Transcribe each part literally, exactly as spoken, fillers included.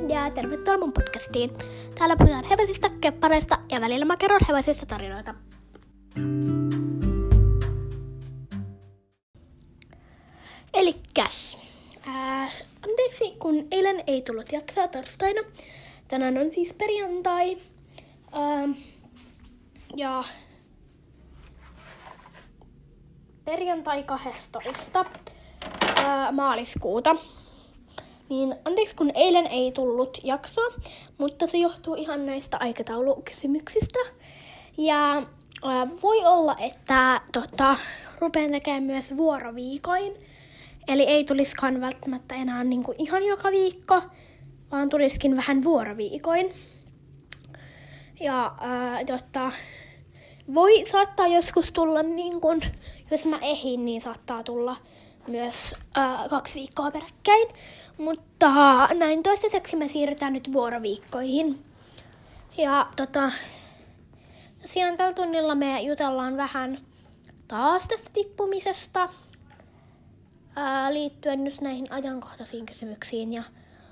ja tervetuloa mun podcastiin. Täällä puhutaan hevosista, keppareista ja välillä mä kerron hevosista tarinoita. Elikkäs, ää, anteeksi kun eilen ei tullut jaksoa torstaina. Tänään on siis perjantai. Ää, ja perjantai kahdestoista ää, maaliskuuta. Niin anteeksi kun eilen ei tullut jaksoa, mutta se johtuu ihan näistä aikataulukysymyksistä. Ja ää, voi olla, että tota, rupean tekemään myös vuoroviikoin. Eli ei tulisikaan välttämättä enää niinku ihan joka viikko, vaan tulisikin vähän vuoroviikoin. Ja ää, tota, voi saattaa joskus tulla, niin kun, jos mä ehin, niin saattaa tulla myös ää, kaksi viikkoa peräkkäin. Mutta näin toistaiseksi me siirrytään nyt vuoroviikkoihin. Ja tota, tosiaan tällä tunnilla me jutellaan vähän taas tästä tippumisesta ää, liittyen just näihin ajankohtaisiin kysymyksiin. Ja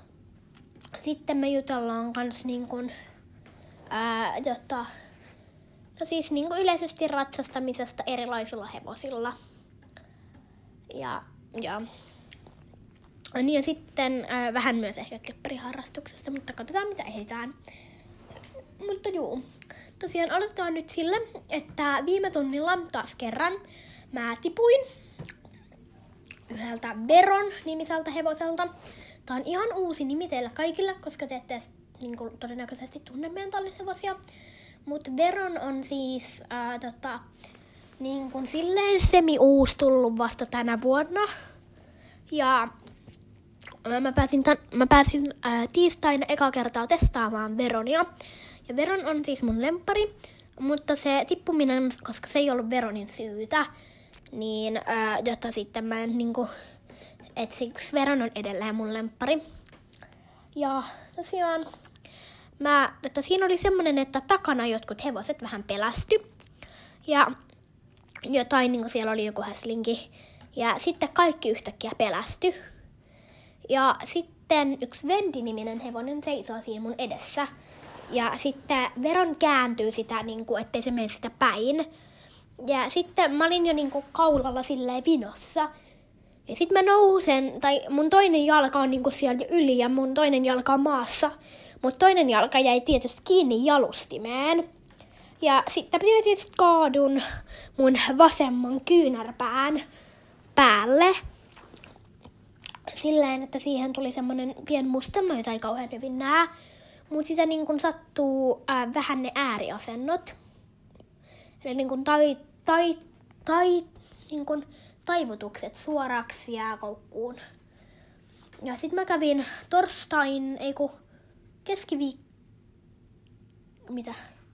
sitten me jutellaan kans niin kun, ää, tota, no siis niin kun yleisesti ratsastamisesta erilaisilla hevosilla. Ja, ja, niin ja sitten ää, vähän myös ehkä keppariharrastuksesta, mutta katsotaan mitä ehditään. Mutta juu, tosiaan aloitetaan nyt sille, että viime tunnilla taas kerran mä tipuin yhdeltä Veron nimiseltä hevoselta. Tää on ihan uusi nimi teillä kaikille, koska te ette niin kuin, todennäköisesti tunne meidän tallin hevosia. Mutta Veron on siis ää, tota, niin kuin silleen semi-uusi tullut vasta tänä vuonna. Ja ää, mä pääsin, tämän, mä pääsin ää, tiistaina eka kertaa testaamaan Veronia. Ja Veron on siis mun lemppari, mutta se tippuminen, koska se ei ollut Veronin syytä, niin ää, jotta sitten mä en niinku, et siksi Veron on edelleen mun lemppari. Ja tosiaan, mä, että siinä oli semmonen, että takana jotkut hevoset vähän pelästy. Ja jotain, niinku siellä oli joku häslinki. Ja sitten kaikki yhtäkkiä pelästy. Ja sitten yksi Vendi-niminen hevonen seisoo siinä mun edessä. Ja sitten Veron kääntyy sitä, niinku, ettei se mene sitä päin. Ja sitten mä olin jo niinku kaulalla silleen vinossa. Ja sitten mä nousen, tai mun toinen jalka on niinku siellä yli ja mun toinen jalka on maassa. Mut toinen jalka jäi tietysti kiinni jalustimeen. Ja sitten mä tietysti kaadun mun vasemman kyynärpään päälle. Silleen, että siihen tuli semmonen pien mustelma, jota ei kauhean hyvin näe. Mut sitä niin kun sattuu ää, vähän ne ääriasennot. Eli niin kun tai, tai, tai, niin kun taivutukset suoraksi jääkoukkuun. Ja sit mä kävin torstain, ei ku keskiviik... Mitä?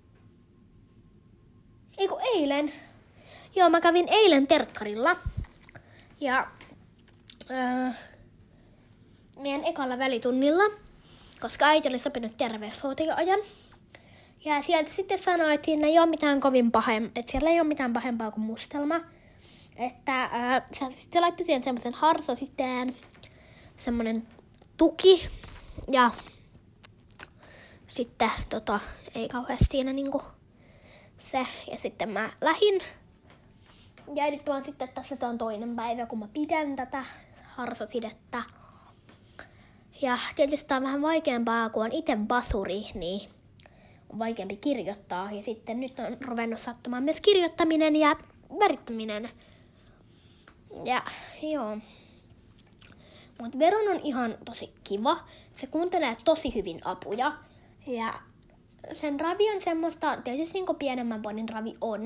Ei ku eilen. Joo, mä kävin eilen terkkarilla. Ja ää, meidän ekalla välitunnilla, koska äiti oli sopinut terveyshoitaja-ajan. Ja sieltä sitten sanoi, että siinä ei ole mitään kovin pahem, että siellä ei ole mitään pahempaa kuin mustelma. Että ää, se, se laittoi siihen semmoisen harsositeen, semmoinen tuki. Ja sitten tota, ei kauheasti siinä niinku se. Ja sitten mä lähin. Ja nyt on sitten tässä on toinen päivä, kun mä pidän tätä harsosidettä. Ja tietysti on vähän vaikeampaa, kun on itse basuri, niin on vaikeampi kirjoittaa. Ja sitten nyt on ruvennut sattumaan myös kirjoittaminen ja värittäminen. Ja joo. Mutta Veron on ihan tosi kiva. Se kuuntelee tosi hyvin apuja. Ja sen ravi on semmoista, tietysti niin kuin pienemmän ponin ravi on.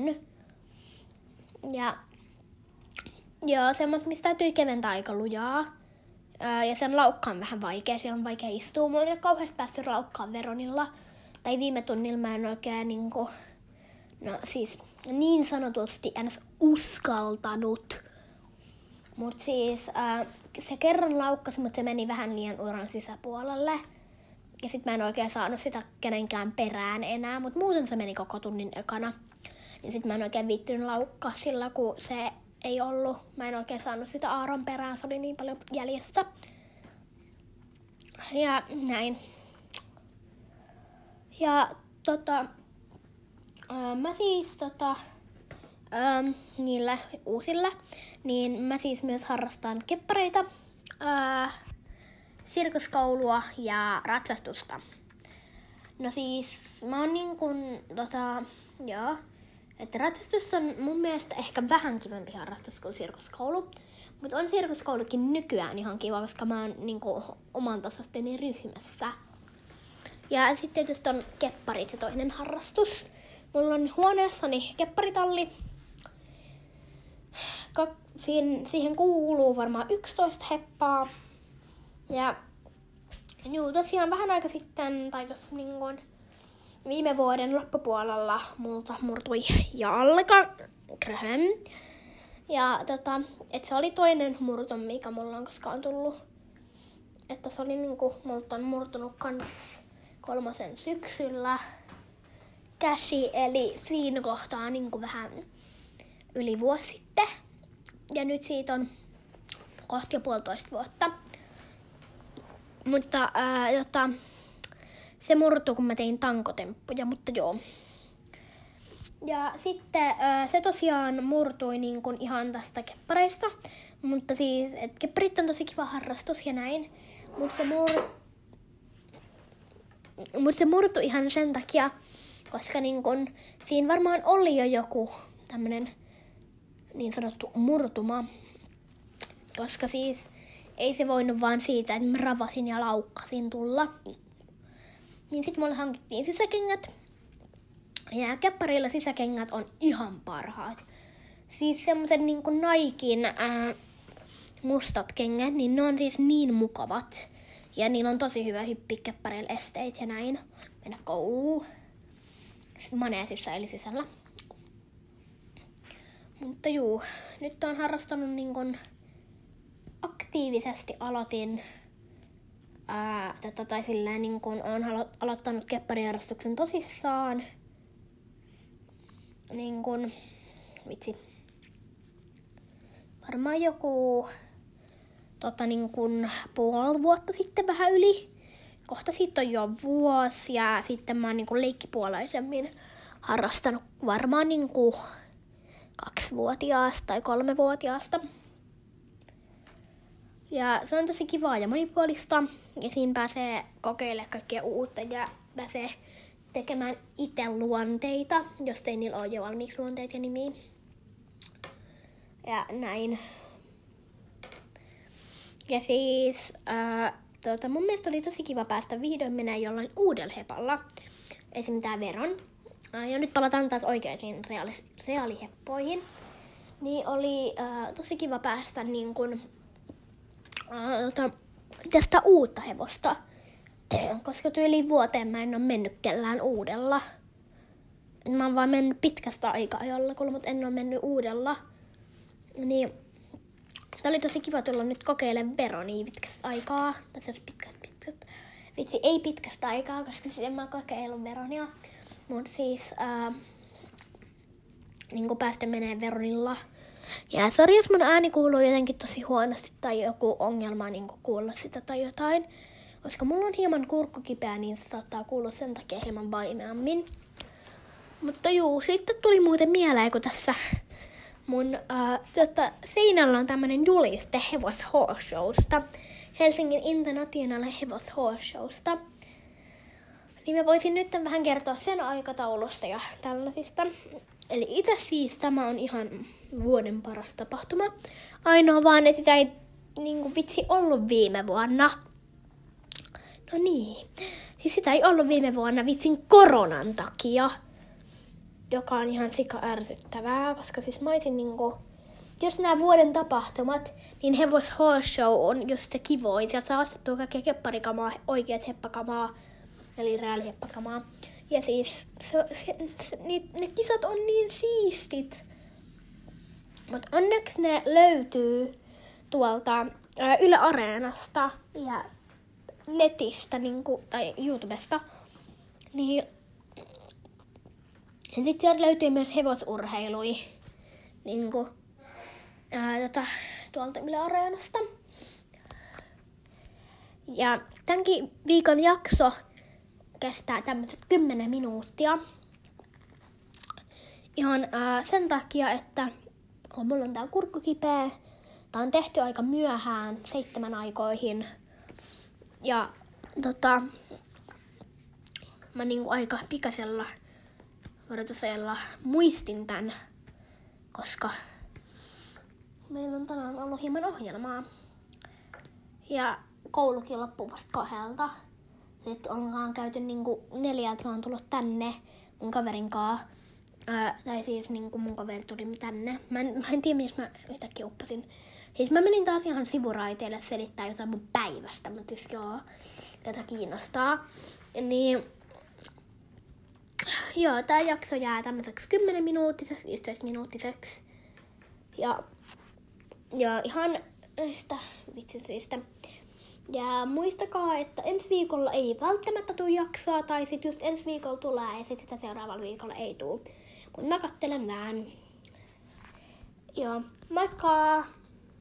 Ja joo, semmoista, mistä täytyy keventää aika lujaa. Ja sen laukka on vähän vaikea, siellä on vaikea istua. Mulla on ole kauheasti päässyt laukkaan Veronilla. Tai viime tunnilla mä en oikein niinku, no siis niin sanotusti en uskaltanut. Mut siis äh, se kerran laukkasi, mutta se meni vähän liian uran sisäpuolelle. Ja sit mä en oikein saanut sitä kenenkään perään enää, mut muuten se meni koko tunnin ekana. Ja sit mä en oikein viittynyt laukkaa sillä, kun se ei ollut. Mä en oikein saanut sitä aaron perään, se oli niin paljon jäljessä. Ja näin. Ja tota, ää, mä siis tota, ää, niillä uusilla, niin mä siis myös harrastan keppareita, ää, sirkuskoulua ja ratsastusta. No siis mä oon niin kun, tota, joo, että ratsastus on mun mielestä ehkä vähän kivempi harrastus kuin sirkuskoulu. Mutta on sirkuskoulukin nykyään ihan kiva, koska mä oon niin kun, oman tasosteni ryhmässä. Ja sitten tietysti on kepparit se toinen harrastus. Mulla on huoneessani kepparitalli. Ka- siihen, siihen kuuluu varmaan yksitoista heppaa. Ja juu, tosiaan vähän aika sitten, tai tossa niin kun viime vuoden loppupuolella multa murtui jalka. Kröhön. Ja tota, et se oli toinen murto, mikä mulla on koskaan tullut. Että se oli niinku, multa on murtunut kans kolmosen syksyllä käsi, eli siinä kohtaa niinku vähän yli vuosi sitten. Ja nyt siitä on kohta jo puolitoista vuotta. Mutta ää, jota, se murtui, kun mä tein tankotemppuja, mutta joo. Ja sitten ää, se tosiaan murtui niin kuin ihan tästä keppareista. Mutta siis, että kepparit on tosi kiva harrastus ja näin. Mutta se, mur... Mut se murtui ihan sen takia, koska niin kun, siinä varmaan oli jo joku tämmönen niin sanottu murtuma. Koska siis ei se voinut vaan siitä, että mä ravasin ja laukkasin tulla. Niin sit mulle hankittiin sisäkengät. Ja kepparilla sisäkengät on ihan parhaat. Siis semmoset niin kuin Niken ää, mustat kengät, niin ne on siis niin mukavat. Ja niillä on tosi hyvä hyppiä keppareilla esteitä ja näin. Mennä kouluun. Maneesissa eli sisällä. Mutta juu, nyt on harrastanut niin kuin aktiivisesti aloitin, ää, tota, tai silleen niin kuin olen alo- aloittanut keppariharrastuksen tosissaan. Niin kuin, vitsi, varmaan joku tota, niin kuin puoli vuotta sitten vähän yli. Kohta siitä on jo vuosi ja sitten mä oon niin kuin leikkipuolaisemmin harrastanut varmaan niin kuin kaksivuotiaasta tai kolmevuotiaasta. Ja se on tosi kivaa ja monipuolista. Ja siinä pääsee kokeilemaan kaikkea uutta ja pääsee tekemään itse luonteita, jos ei niillä ole jo valmiiksi luonteita ja nimiä. Ja näin. Ja siis ää, tota, mun mielestä oli tosi kiva päästä vihdoin mennä jollain uudella hepalla. Esim. Tää Veron. Ää, ja nyt palataan taas oikeisiin reaali- reaaliheppoihin. Niin oli ää, tosi kiva päästä niin kun ää, tota, tästä uutta hevosta. Koska tyyliin vuoteen mä en ole mennyt kellään uudella. Mä oon vaan mennyt pitkästä aikaa jollakulla, mutta en ole mennyt uudella. Niin tää oli tosi kiva tulla nyt kokeilemaan Veronia pitkästä aikaa. Tässä on pitkästä pitkästä. Vitsi, ei pitkästä aikaa, koska siis en mä kokeillut Veronia. Mutta siis ää, niin päästä menee Veronilla. Ja sori, jos mun ääni kuuluu jotenkin tosi huonosti tai joku ongelma niin kuulla sitä tai jotain. Koska mulla on hieman kurkku kipeä, niin se saattaa kuulua sen takia hieman vaimeammin. Mutta juu, sitten tuli muuten mieleen, kun tässä mun äh, tota, seinällä on tämmönen juliste Hevos Horse Showsta. Helsingin International Hevos Horse Showsta. Niin mä voisin nyt vähän kertoa sen aikataulusta ja tällaisista. Eli itse siis tämä on ihan vuoden paras tapahtuma. Ainoa vaan, että sitä ei niinku vitsi ollut viime vuonna. No niin, siis sitä ei ollut viime vuonna vitsin koronan takia, joka on ihan sika ärsyttävää, koska siis mä olisin niinku, jos nämä vuoden tapahtumat, niin Hevos Horse Show on just se kivoin. Sieltä saa ostettua kaikkea kepparikamaa, oikeat heppakamaa, eli reaaliheppakamaa. Ja siis se, se, se, ne, ne kisat on niin siistit. Mut onneksi ne löytyy tuolta ää, Yle Areenasta ja netistä niinku, tai YouTubesta. Niin, ja sit sieltä löytyy myös hevosurheilui niinku, ää, tota, tuolta Yle Areenasta. Ja tämänkin viikon jakso kestää tämmöiset kymmenen minuuttia. Ihan ää, sen takia, että oh, mulla on tää kurkku kipeä. Tää on tehty aika myöhään, seitsemän aikoihin. Ja tota, mä niinku aika pikaisella varoitusajalla muistin tän, koska meillä on tänään ollut hieman ohjelmaa. Ja koulukin loppuu vasta kahdelta. Sitten ollaan käyty niinku neljältä, mä oon tullut tänne mun kaverin kaa. Ää, tai siis niinku mun kaveri tuli tänne. Mä en, mä en tiedä, missä mä yhtäkkiä uppasin. Siis mä menin taas ihan sivuraiteille selittää jotain mun päivästä, mutta siis joo, ketä kiinnostaa. Niin, joo, tää jakso jää tämmöiseksi kymmenen minuuttiseksi, yksitoista minuuttiseksi. Ja, ja ihan sitä vitsin syistä. Ja muistakaa, että ensi viikolla ei välttämättä tule jaksoa, tai sit just ensi viikolla tulee ja sit sitä seuraavalla viikolla ei tule. Mut mä kattelen vähän. Joo, moikka!